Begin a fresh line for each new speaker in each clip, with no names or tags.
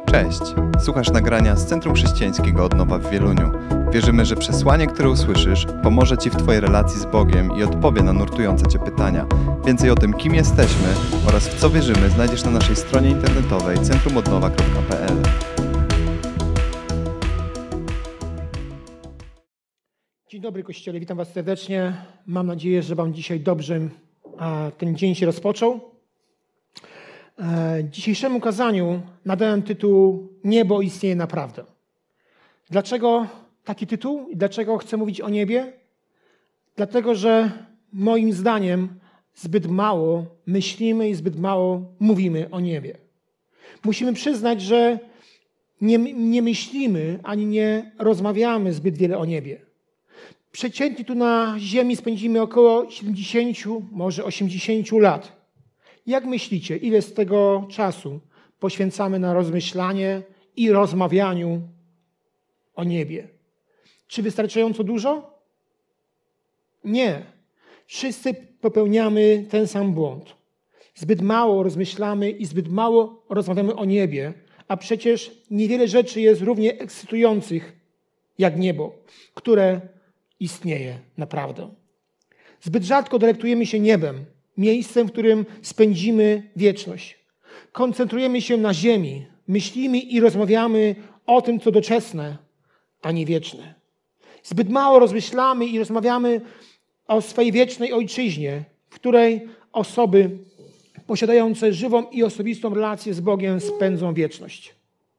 Cześć! Słuchasz nagrania z Centrum Chrześcijańskiego Odnowa w Wieluniu. Wierzymy, że przesłanie, które usłyszysz, pomoże Ci w Twojej relacji z Bogiem i odpowie na nurtujące Cię pytania. Więcej o tym, kim jesteśmy oraz w co wierzymy, znajdziesz na naszej stronie internetowej centrumodnowa.pl.
Dzień dobry Kościele, witam Was serdecznie. Mam nadzieję, że Wam dzisiaj dobrze ten dzień się rozpoczął. Dzisiejszemu kazaniu nadałem tytuł Niebo istnieje naprawdę. Dlaczego taki tytuł i dlaczego chcę mówić o niebie? Dlatego, że moim zdaniem zbyt mało myślimy i zbyt mało mówimy o niebie. Musimy przyznać, że nie myślimy ani nie rozmawiamy zbyt wiele o niebie. Przeciętnie tu na ziemi spędzimy około 70, może 80 lat. Jak myślicie, ile z tego czasu poświęcamy na rozmyślanie i rozmawianiu o niebie? Czy wystarczająco dużo? Nie. Wszyscy popełniamy ten sam błąd. Zbyt mało rozmyślamy i zbyt mało rozmawiamy o niebie, a przecież niewiele rzeczy jest równie ekscytujących jak niebo, które istnieje naprawdę. Zbyt rzadko delektujemy się niebem, miejscem, w którym spędzimy wieczność. Koncentrujemy się na ziemi, myślimy i rozmawiamy o tym, co doczesne, a nie wieczne. Zbyt mało rozmyślamy i rozmawiamy o swojej wiecznej ojczyźnie, w której osoby posiadające żywą i osobistą relację z Bogiem spędzą wieczność.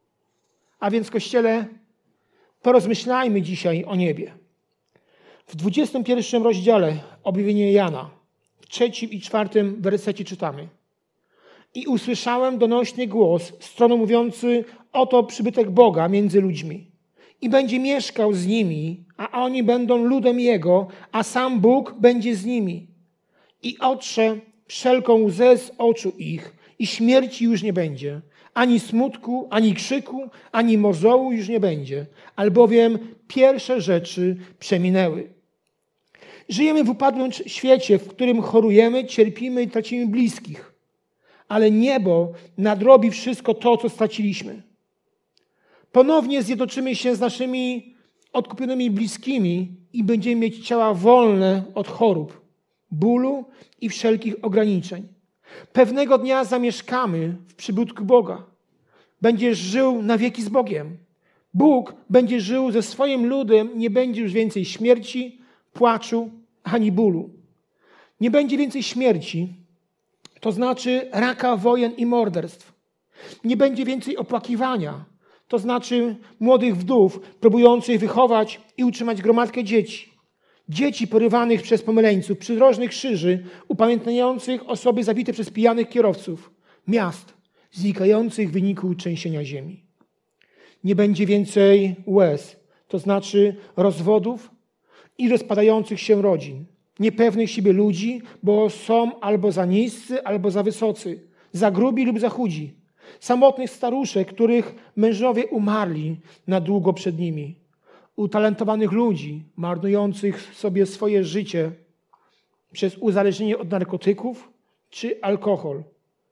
A więc, Kościele, porozmyślajmy dzisiaj o niebie. W 21 rozdziale objawienia Jana, w 3 i 4 wersecie czytamy: I usłyszałem donośny głos strony mówiący: oto przybytek Boga między ludźmi. I będzie mieszkał z nimi, a oni będą ludem Jego, a sam Bóg będzie z nimi. I otrze wszelką łzę z oczu ich i śmierci już nie będzie. Ani smutku, ani krzyku, ani mozołu już nie będzie, albowiem pierwsze rzeczy przeminęły. Żyjemy w upadłym świecie, w którym chorujemy, cierpimy i tracimy bliskich. Ale niebo nadrobi wszystko to, co straciliśmy. Ponownie zjednoczymy się z naszymi odkupionymi bliskimi i będziemy mieć ciała wolne od chorób, bólu i wszelkich ograniczeń. Pewnego dnia zamieszkamy w przybytku Boga. Będziesz żył na wieki z Bogiem. Bóg będzie żył ze swoim ludem, nie będzie już więcej śmierci, płaczu, ani bólu. Nie będzie więcej śmierci, to znaczy raka, wojen i morderstw. Nie będzie więcej opłakiwania, to znaczy młodych wdów próbujących wychować i utrzymać gromadkę dzieci. Dzieci porywanych przez pomyleńców, przydrożnych krzyży, upamiętniających osoby zabite przez pijanych kierowców, miast znikających w wyniku trzęsienia ziemi. Nie będzie więcej łez, to znaczy rozwodów i rozpadających się rodzin, niepewnych siebie ludzi, bo są albo za niscy, albo za wysocy, za grubi lub za chudzi, samotnych staruszek, których mężowie umarli na długo przed nimi, utalentowanych ludzi, marnujących sobie swoje życie przez uzależnienie od narkotyków czy alkohol.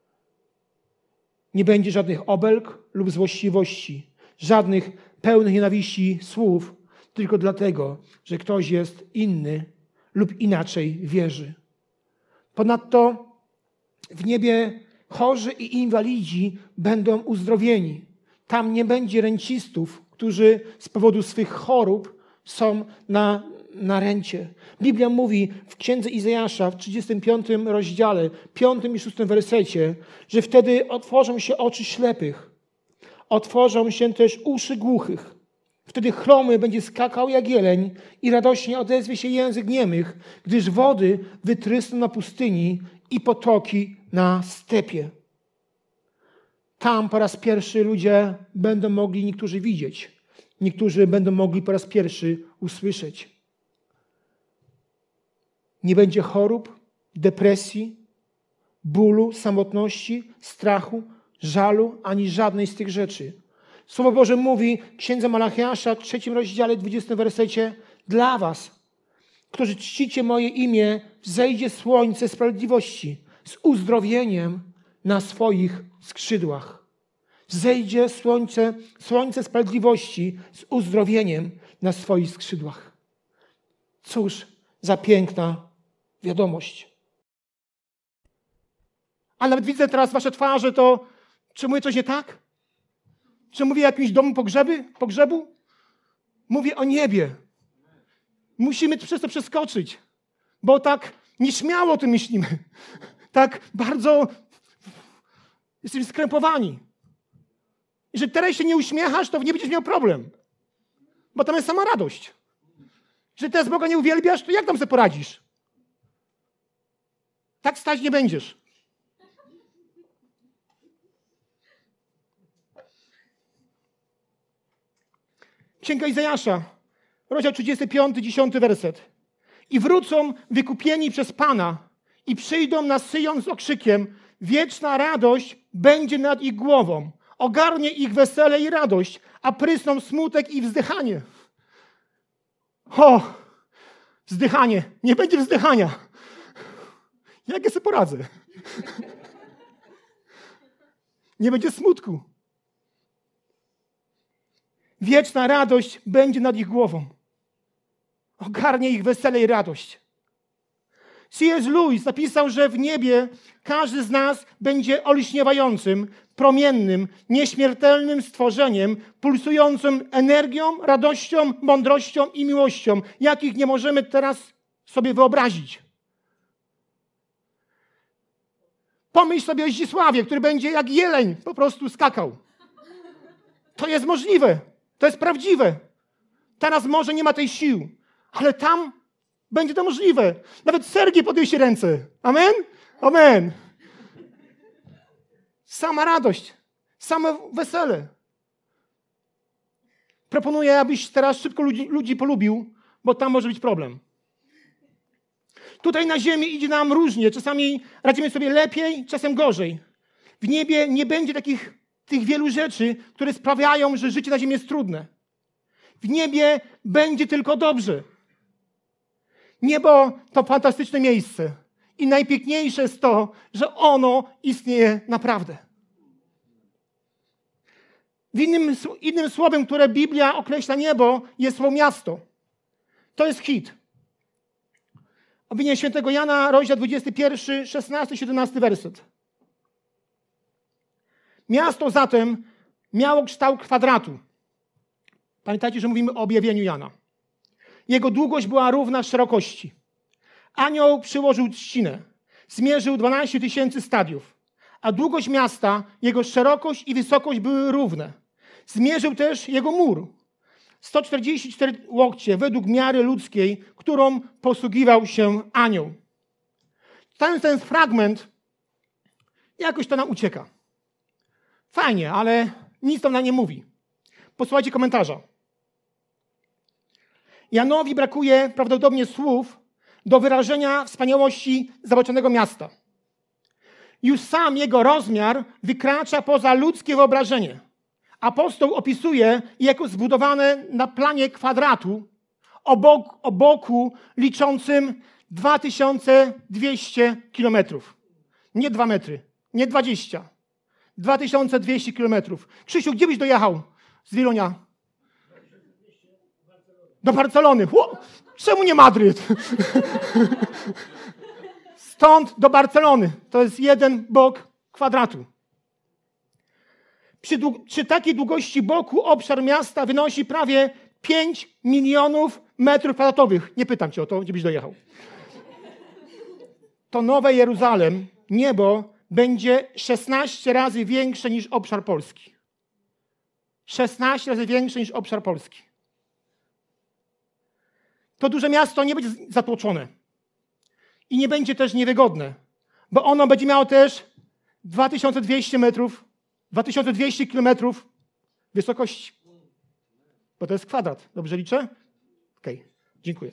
Nie będzie żadnych obelg lub złośliwości, żadnych pełnych nienawiści słów, tylko dlatego, że ktoś jest inny lub inaczej wierzy. Ponadto w niebie chorzy i inwalidzi będą uzdrowieni. Tam nie będzie rencistów, którzy z powodu swych chorób są na rencie. Biblia mówi w Księdze Izajasza w 35 rozdziale, 5 i 6 wersecie, że wtedy otworzą się oczy ślepych, otworzą się też uszy głuchych. Wtedy chromy będzie skakał jak jeleń i radośnie odezwie się język niemych, gdyż wody wytrysną na pustyni i potoki na stepie. Tam po raz pierwszy ludzie będą mogli niektórzy widzieć, niektórzy będą mogli po raz pierwszy usłyszeć. Nie będzie chorób, depresji, bólu, samotności, strachu, żalu, ani żadnej z tych rzeczy. Słowo Boże mówi w Księdze Malachiasza w 3 rozdziale 20 wersecie: dla was, którzy czcicie moje imię, wzejdzie słońce sprawiedliwości z uzdrowieniem na swoich skrzydłach. Zejdzie słońce sprawiedliwości z uzdrowieniem na swoich skrzydłach. Cóż za piękna wiadomość. A nawet widzę teraz wasze twarze, to czy mówię coś nie tak? Czy mówię o jakimś domu pogrzebu? Mówię o niebie. Musimy przez to przeskoczyć, bo tak nieśmiało o tym myślimy. Tak bardzo jesteśmy skrępowani. Jeżeli teraz się nie uśmiechasz, to nie będziesz miał problem, bo tam jest sama radość. Jeżeli teraz Boga nie uwielbiasz, to jak tam sobie poradzisz? Tak stać nie będziesz. Księga Izajasza, rozdział 35, 10 werset. I wrócą wykupieni przez Pana i przyjdą na Syjon z okrzykiem. Wieczna radość będzie nad ich głową. Ogarnie ich wesele i radość, a prysną smutek i wzdychanie. O, wzdychanie. Nie będzie wzdychania. Jak ja sobie poradzę? Nie będzie smutku. Wieczna radość będzie nad ich głową. Ogarnie ich wesele i radość. C.S. Lewis napisał, że w niebie każdy z nas będzie olśniewającym, promiennym, nieśmiertelnym stworzeniem, pulsującym energią, radością, mądrością i miłością, jakich nie możemy teraz sobie wyobrazić. Pomyśl sobie o Zdzisławie, który będzie jak jeleń po prostu skakał. To jest możliwe. To jest prawdziwe. Teraz może nie ma tej sił, ale tam będzie to możliwe. Nawet Sergiej podniesie ręce. Amen? Amen. Sama radość, same wesele. Proponuję, abyś teraz szybko ludzi polubił, bo tam może być problem. Tutaj na ziemi idzie nam różnie. Czasami radzimy sobie lepiej, czasem gorzej. W niebie nie będzie tych wielu rzeczy, które sprawiają, że życie na ziemi jest trudne. W niebie będzie tylko dobrze. Niebo to fantastyczne miejsce. I najpiękniejsze jest to, że ono istnieje naprawdę. Innym słowem, które Biblia określa niebo, jest słowo miasto. To jest hit. Objawienie świętego Jana, rozdział 21, 16, 17 werset. Miasto zatem miało kształt kwadratu. Pamiętajcie, że mówimy o objawieniu Jana. Jego długość była równa szerokości. Anioł przyłożył trzcinę. Zmierzył 12 000 stadiów. A długość miasta, jego szerokość i wysokość były równe. Zmierzył też jego mur. 144 łokcie według miary ludzkiej, którą posługiwał się anioł. Ten fragment jakoś to nam ucieka. Fajnie, ale nic to nam nie mówi. Posłuchajcie komentarza. Janowi brakuje prawdopodobnie słów do wyrażenia wspaniałości zobaczonego miasta. Już sam jego rozmiar wykracza poza ludzkie wyobrażenie. Apostoł opisuje je jako zbudowane na planie kwadratu o boku liczącym 2200 kilometrów. Nie 2 metry, nie 20. 2200 kilometrów. Krzysiu, gdzie byś dojechał z Wielunia? Do Barcelony. Czemu nie Madryt? Stąd do Barcelony. To jest jeden bok kwadratu. Przy takiej długości boku obszar miasta wynosi prawie 5 milionów metrów kwadratowych. Nie pytam cię o to, gdzie byś dojechał. To Nowe Jeruzalem, niebo, będzie 16 razy większe niż obszar Polski. 16 razy większe niż obszar Polski. To duże miasto nie będzie zatłoczone. I nie będzie też niewygodne, bo ono będzie miało też 2200 metrów, 2200 kilometrów wysokości. Bo to jest kwadrat. Dobrze liczę? Okej, dziękuję.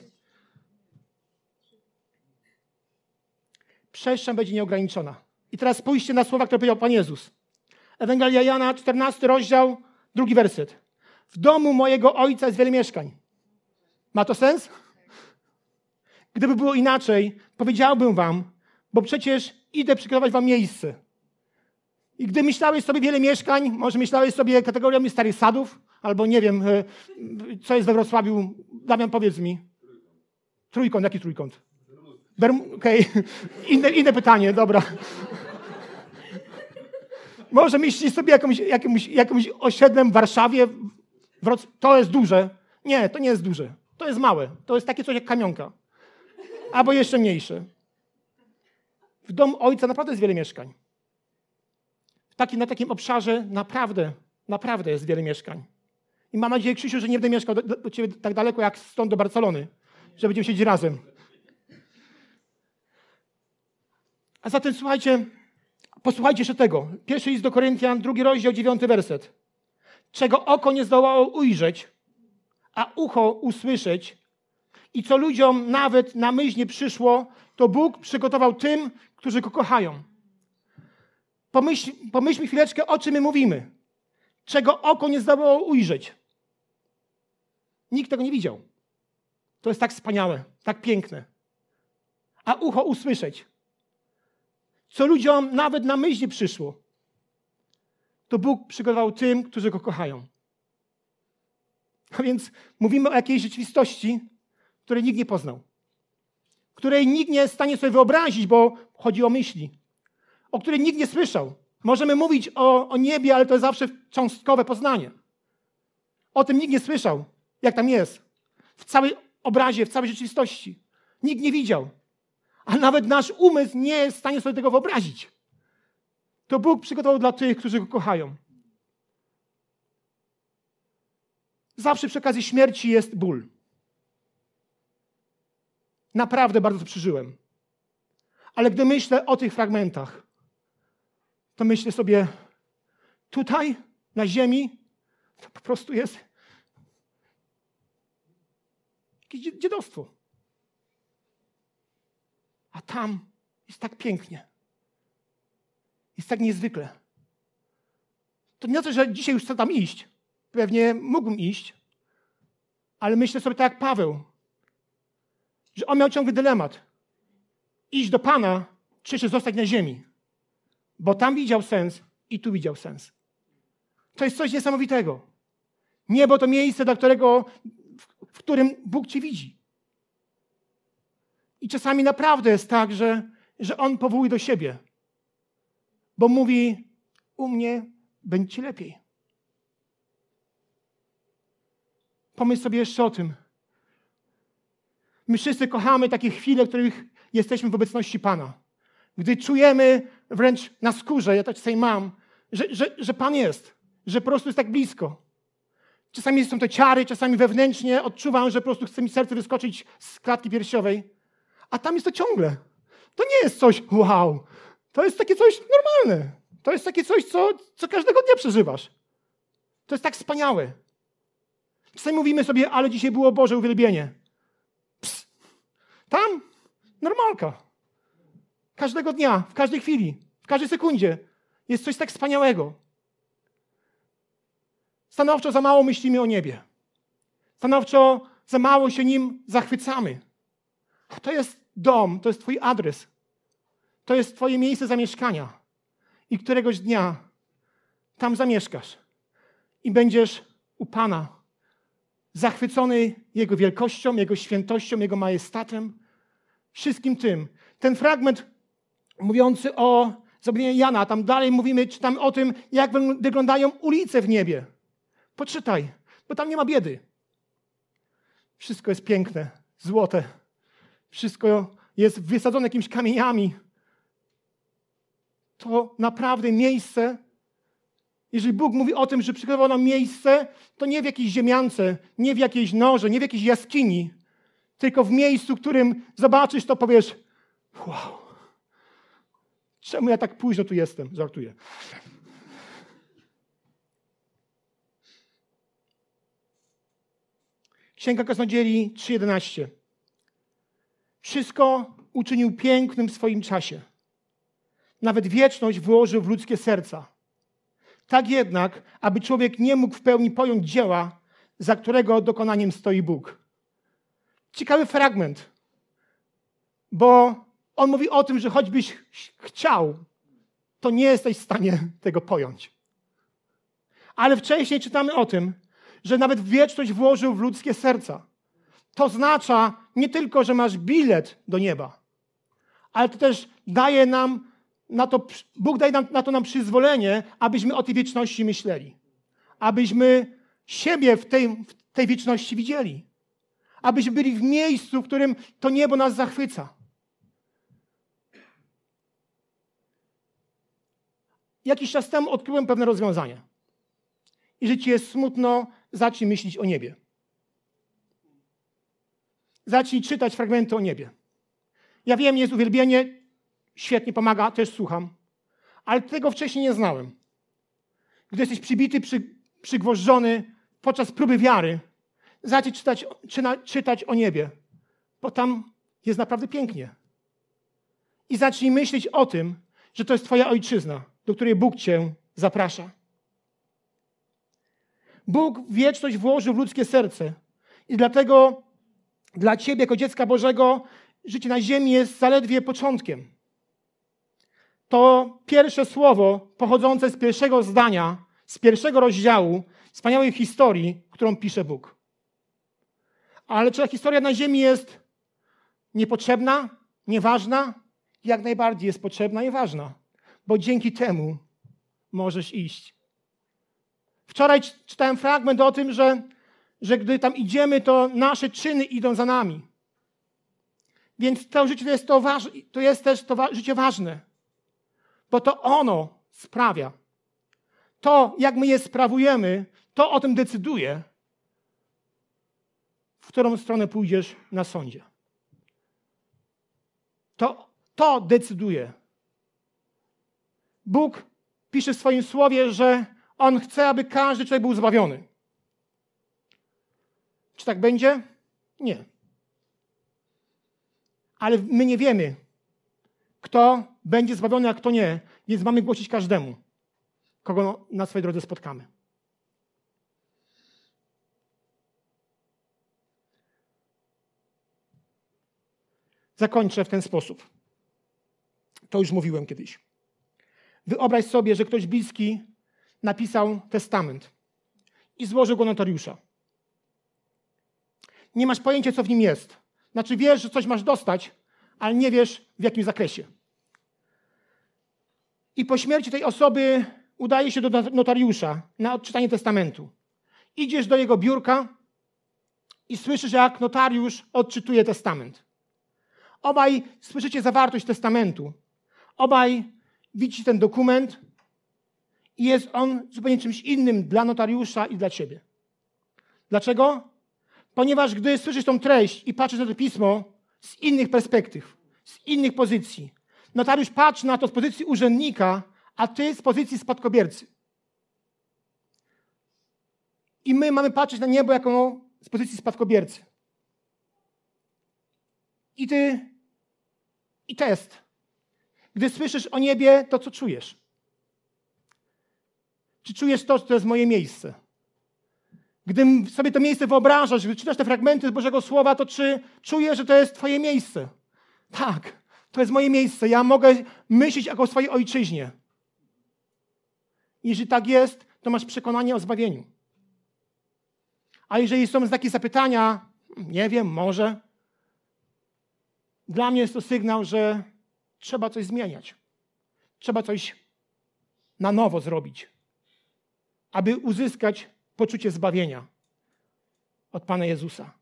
Przestrzeń będzie nieograniczona. I teraz spójrzcie na słowa, które powiedział Pan Jezus. Ewangelia Jana, 14 rozdział, 2 werset. W domu mojego Ojca jest wiele mieszkań. Ma to sens? Gdyby było inaczej, powiedziałbym wam, bo przecież idę przygotować wam miejsce. I gdy myślałeś sobie wiele mieszkań, może myślałeś sobie kategoriami starych sadów, albo nie wiem, co jest we Wrocławiu. Damian, powiedz mi. Trójkąt, jaki trójkąt? Okej. Inne pytanie, dobra. Może myślisz sobie jakimś osiedlem w Warszawie. To jest duże. Nie, to nie jest duże. To jest małe. To jest takie coś jak Kamionka. Albo jeszcze mniejsze. W domu ojca naprawdę jest wiele mieszkań. Na takim obszarze naprawdę jest wiele mieszkań. I mam nadzieję, Krzysiu, że nie będę mieszkał do ciebie tak daleko jak stąd do Barcelony, że będziemy siedzieć razem. A zatem posłuchajcie jeszcze tego. 1 list do Koryntian, 2 rozdział, 9 werset. Czego oko nie zdołało ujrzeć, a ucho usłyszeć i co ludziom nawet na myśl nie przyszło, to Bóg przygotował tym, którzy Go kochają. Pomyślmy chwileczkę, o czym my mówimy. Czego oko nie zdołało ujrzeć. Nikt tego nie widział. To jest tak wspaniałe, tak piękne. A ucho usłyszeć. Co ludziom nawet na myśl nie przyszło, to Bóg przygotował tym, którzy Go kochają. A więc mówimy o jakiejś rzeczywistości, której nikt nie poznał. Której nikt nie jest w stanie sobie wyobrazić, bo chodzi o myśli. O której nikt nie słyszał. Możemy mówić o niebie, ale to jest zawsze cząstkowe poznanie. O tym nikt nie słyszał, jak tam jest. W całej obrazie, w całej rzeczywistości. Nikt nie widział. A nawet nasz umysł nie jest w stanie sobie tego wyobrazić. To Bóg przygotował dla tych, którzy Go kochają. Zawsze przy okazji śmierci jest ból. Naprawdę bardzo to przeżyłem. Ale gdy myślę o tych fragmentach, to myślę sobie, tutaj, na ziemi, to po prostu jest jakieś dziadostwo. A tam jest tak pięknie. Jest tak niezwykle. To nie to, że dzisiaj już chcę tam iść. Pewnie mógłbym iść, ale myślę sobie tak jak Paweł, że on miał ciągle dylemat. Iść do Pana, czy jeszcze zostać na ziemi. Bo tam widział sens i tu widział sens. To jest coś niesamowitego. Niebo to miejsce, w którym Bóg cię widzi. I czasami naprawdę jest tak, że On powołuje do siebie. Bo mówi, u mnie będzie ci lepiej. Pomyśl sobie jeszcze o tym. My wszyscy kochamy takie chwile, w których jesteśmy w obecności Pana. Gdy czujemy wręcz na skórze, ja tak czasami mam, że Pan jest, że po prostu jest tak blisko. Czasami są to ciary, czasami wewnętrznie odczuwam, że po prostu chce mi serce wyskoczyć z klatki piersiowej. A tam jest to ciągle. To nie jest coś wow. To jest takie coś normalne. To jest takie coś, co każdego dnia przeżywasz. To jest tak wspaniałe. Czasami mówimy sobie, ale dzisiaj było Boże uwielbienie. Psst. Tam normalka. Każdego dnia, w każdej chwili, w każdej sekundzie jest coś tak wspaniałego. Stanowczo za mało myślimy o niebie. Stanowczo za mało się nim zachwycamy. A to jest dom, to jest twój adres. To jest twoje miejsce zamieszkania. I któregoś dnia tam zamieszkasz. I będziesz u Pana. Zachwycony Jego wielkością, Jego świętością, Jego majestatem. Wszystkim tym. Ten fragment mówiący o zabawieniu Jana, tam dalej czytamy o tym, jak wyglądają ulice w niebie. Poczytaj, bo tam nie ma biedy. Wszystko jest piękne, złote. Wszystko jest wysadzone jakimiś kamieniami. To naprawdę miejsce, jeżeli Bóg mówi o tym, że przygotował nam miejsce, to nie w jakiejś ziemiance, nie w jakiejś norze, nie w jakiejś jaskini, tylko w miejscu, w którym zobaczysz, to powiesz, wow, czemu ja tak późno tu jestem? Żartuję. Księga Kaznodziei 3:11. Wszystko uczynił pięknym w swoim czasie. Nawet wieczność włożył w ludzkie serca. Tak jednak, aby człowiek nie mógł w pełni pojąć dzieła, za którego dokonaniem stoi Bóg. Ciekawy fragment, bo on mówi o tym, że choćbyś chciał, to nie jesteś w stanie tego pojąć. Ale wcześniej czytamy o tym, że nawet wieczność włożył w ludzkie serca. To oznacza nie tylko, że masz bilet do nieba, ale to też daje nam Bóg daje nam na to przyzwolenie, abyśmy o tej wieczności myśleli. Abyśmy siebie w tej wieczności widzieli. Abyśmy byli w miejscu, w którym to niebo nas zachwyca. Jakiś czas temu odkryłem pewne rozwiązanie. Jeżeli ci jest smutno, zacznij myśleć o niebie. Zacznij czytać fragmenty o niebie. Ja wiem, jest uwielbienie, świetnie pomaga, też słucham, ale tego wcześniej nie znałem. Gdy jesteś przybity, przygwożdżony podczas próby wiary, zacznij czytać o niebie, bo tam jest naprawdę pięknie. I zacznij myśleć o tym, że to jest twoja ojczyzna, do której Bóg cię zaprasza. Bóg wieczność włożył w ludzkie serce i dlatego dla ciebie, jako dziecka Bożego, życie na ziemi jest zaledwie początkiem. To pierwsze słowo pochodzące z pierwszego zdania, z pierwszego rozdziału wspaniałej historii, którą pisze Bóg. Ale czy ta historia na ziemi jest niepotrzebna, nieważna? Jak najbardziej jest potrzebna i ważna, bo dzięki temu możesz iść. Wczoraj czytałem fragment o tym, że gdy tam idziemy, to nasze czyny idą za nami. Więc to życie to jest też życie ważne, bo to ono sprawia. To, jak my je sprawujemy, to o tym decyduje, w którą stronę pójdziesz na sądzie. To decyduje. Bóg pisze w swoim słowie, że On chce, aby każdy człowiek był zbawiony. Czy tak będzie? Nie. Ale my nie wiemy, kto będzie zbawiony, a kto nie, więc mamy głosić każdemu, kogo na swojej drodze spotkamy. Zakończę w ten sposób. To już mówiłem kiedyś. Wyobraź sobie, że ktoś bliski napisał testament i złożył go notariusza. Nie masz pojęcia, co w nim jest. Znaczy wiesz, że coś masz dostać, ale nie wiesz, w jakim zakresie. I po śmierci tej osoby udaje się do notariusza na odczytanie testamentu. Idziesz do jego biurka i słyszysz, jak notariusz odczytuje testament. Obaj słyszycie zawartość testamentu. Obaj widzicie ten dokument i jest on zupełnie czymś innym dla notariusza i dla ciebie. Dlaczego? Ponieważ gdy słyszysz tą treść i patrzysz na to pismo z innych perspektyw, z innych pozycji, notariusz patrzy na to z pozycji urzędnika, a ty z pozycji spadkobiercy. I my mamy patrzeć na niebo jako z pozycji spadkobiercy. I test. Gdy słyszysz o niebie, to co czujesz? Czy czujesz to, że to jest moje miejsce? Gdy sobie to miejsce wyobrażasz, gdy czytasz te fragmenty z Bożego Słowa, to czy czujesz, że to jest twoje miejsce? Tak, to jest moje miejsce. Ja mogę myśleć jako o swojej ojczyźnie. Jeżeli tak jest, to masz przekonanie o zbawieniu. A jeżeli są takie zapytania, nie wiem, może, dla mnie jest to sygnał, że trzeba coś zmieniać. Trzeba coś na nowo zrobić, aby uzyskać poczucie zbawienia od Pana Jezusa.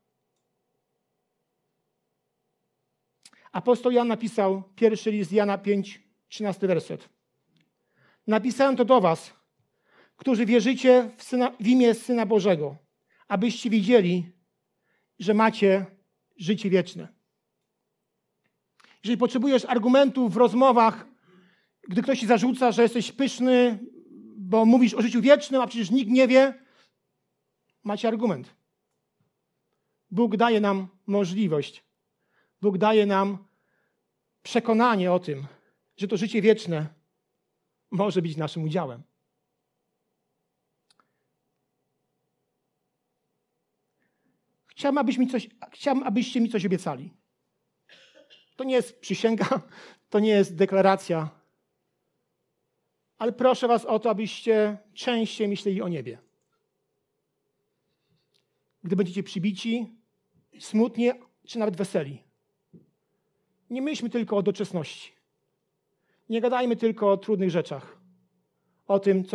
Apostoł Jan napisał, pierwszy list Jana 5, 13 werset. Napisałem to do was, którzy wierzycie w imię Syna Bożego, abyście widzieli, że macie życie wieczne. Jeżeli potrzebujesz argumentów w rozmowach, gdy ktoś ci zarzuca, że jesteś pyszny, bo mówisz o życiu wiecznym, a przecież nikt nie wie, macie argument. Bóg daje nam możliwość. Bóg daje nam przekonanie o tym, że to życie wieczne może być naszym udziałem. Chciałbym, abyście mi coś obiecali. To nie jest przysięga, to nie jest deklaracja. ale proszę was o to, abyście częściej myśleli o niebie. Gdy będziecie przybici, smutni, czy nawet weseli. Nie myślmy tylko o doczesności. Nie gadajmy tylko o trudnych rzeczach. O tym,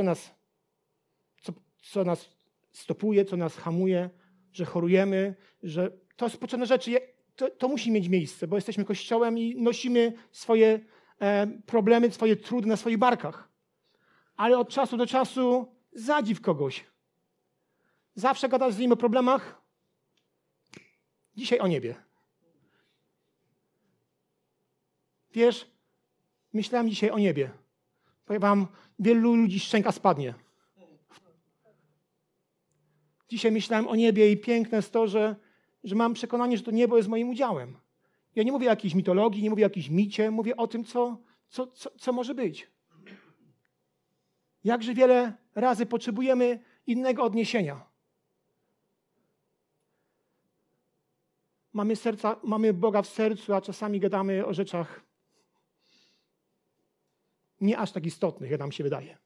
co nas stopuje, co nas hamuje, że chorujemy, że to są potrzebne rzeczy. To musi mieć miejsce, bo jesteśmy Kościołem i nosimy swoje problemy, swoje trudy na swoich barkach. Ale od czasu do czasu zadziw kogoś. Zawsze gadasz z nim o problemach. Dzisiaj o niebie. Wiesz, myślałem dzisiaj o niebie. Powiem wam, wielu ludzi szczęka spadnie. Dzisiaj myślałem o niebie i piękne jest to, że mam przekonanie, że to niebo jest moim udziałem. Ja nie mówię o jakiejś mitologii, nie mówię o jakimś micie, mówię o tym, co może być. Jakże wiele razy potrzebujemy innego odniesienia. Mamy Boga w sercu, a czasami gadamy o rzeczach nie aż tak istotnych, jak nam się wydaje.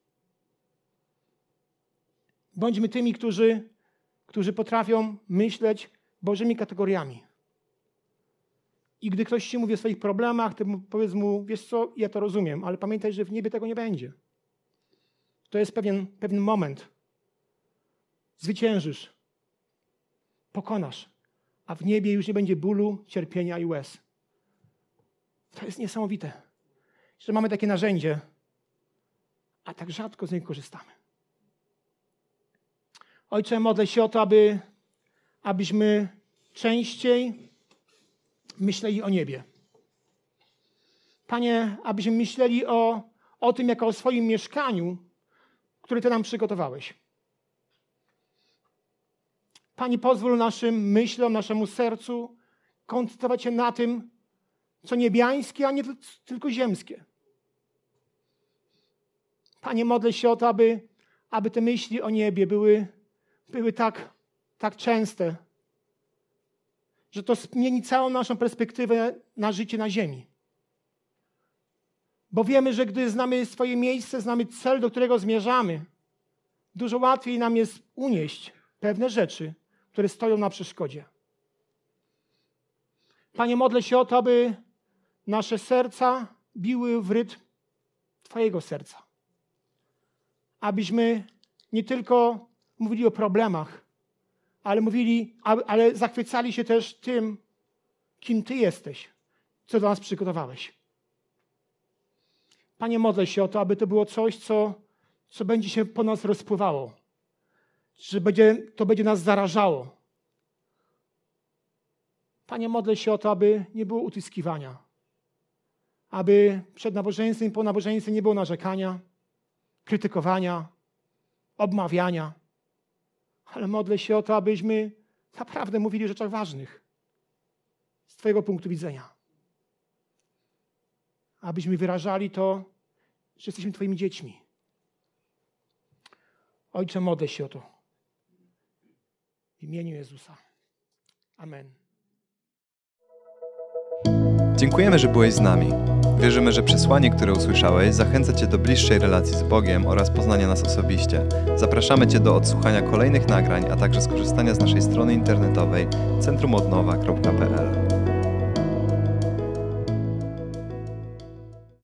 Bądźmy tymi, którzy potrafią myśleć Bożymi kategoriami. I gdy ktoś ci mówi o swoich problemach, to powiedz mu, wiesz co, ja to rozumiem, ale pamiętaj, że w niebie tego nie będzie. To jest pewien moment. Zwyciężysz. Pokonasz. A w niebie już nie będzie bólu, cierpienia i łez. To jest niesamowite, że mamy takie narzędzie, a tak rzadko z niego korzystamy. Ojcze, modlę się o to, abyśmy częściej myśleli o niebie. Panie, abyśmy myśleli o tym, jako o swoim mieszkaniu, które Ty nam przygotowałeś. Panie, pozwól naszym myślom, naszemu sercu koncentrować się na tym, co niebiańskie, a nie tylko ziemskie. Panie, modlę się o to, aby te myśli o niebie były tak częste, że to zmieni całą naszą perspektywę na życie na ziemi. Bo wiemy, że gdy znamy swoje miejsce, znamy cel, do którego zmierzamy, dużo łatwiej nam jest unieść pewne rzeczy, które stoją na przeszkodzie. Panie, modlę się o to, aby nasze serca biły w rytm Twojego serca. Abyśmy nie tylko mówili o problemach, ale zachwycali się też tym, kim Ty jesteś, co dla nas przygotowałeś. Panie, modlę się o to, aby to było coś, co będzie się po nas rozpływało, że to będzie nas zarażało. Panie, modlę się o to, aby nie było utyskiwania, aby przed nabożeństwem i po nabożeństwie nie było narzekania, krytykowania, obmawiania, ale modlę się o to, abyśmy naprawdę mówili o rzeczach ważnych z Twojego punktu widzenia. Abyśmy wyrażali to, że jesteśmy Twoimi dziećmi. Ojcze, modlę się o to. W imieniu Jezusa. Amen.
Dziękujemy, że byłeś z nami. Wierzymy, że przesłanie, które usłyszałeś, zachęca Cię do bliższej relacji z Bogiem oraz poznania nas osobiście. Zapraszamy Cię do odsłuchania kolejnych nagrań, a także skorzystania z naszej strony internetowej centrumodnowa.pl.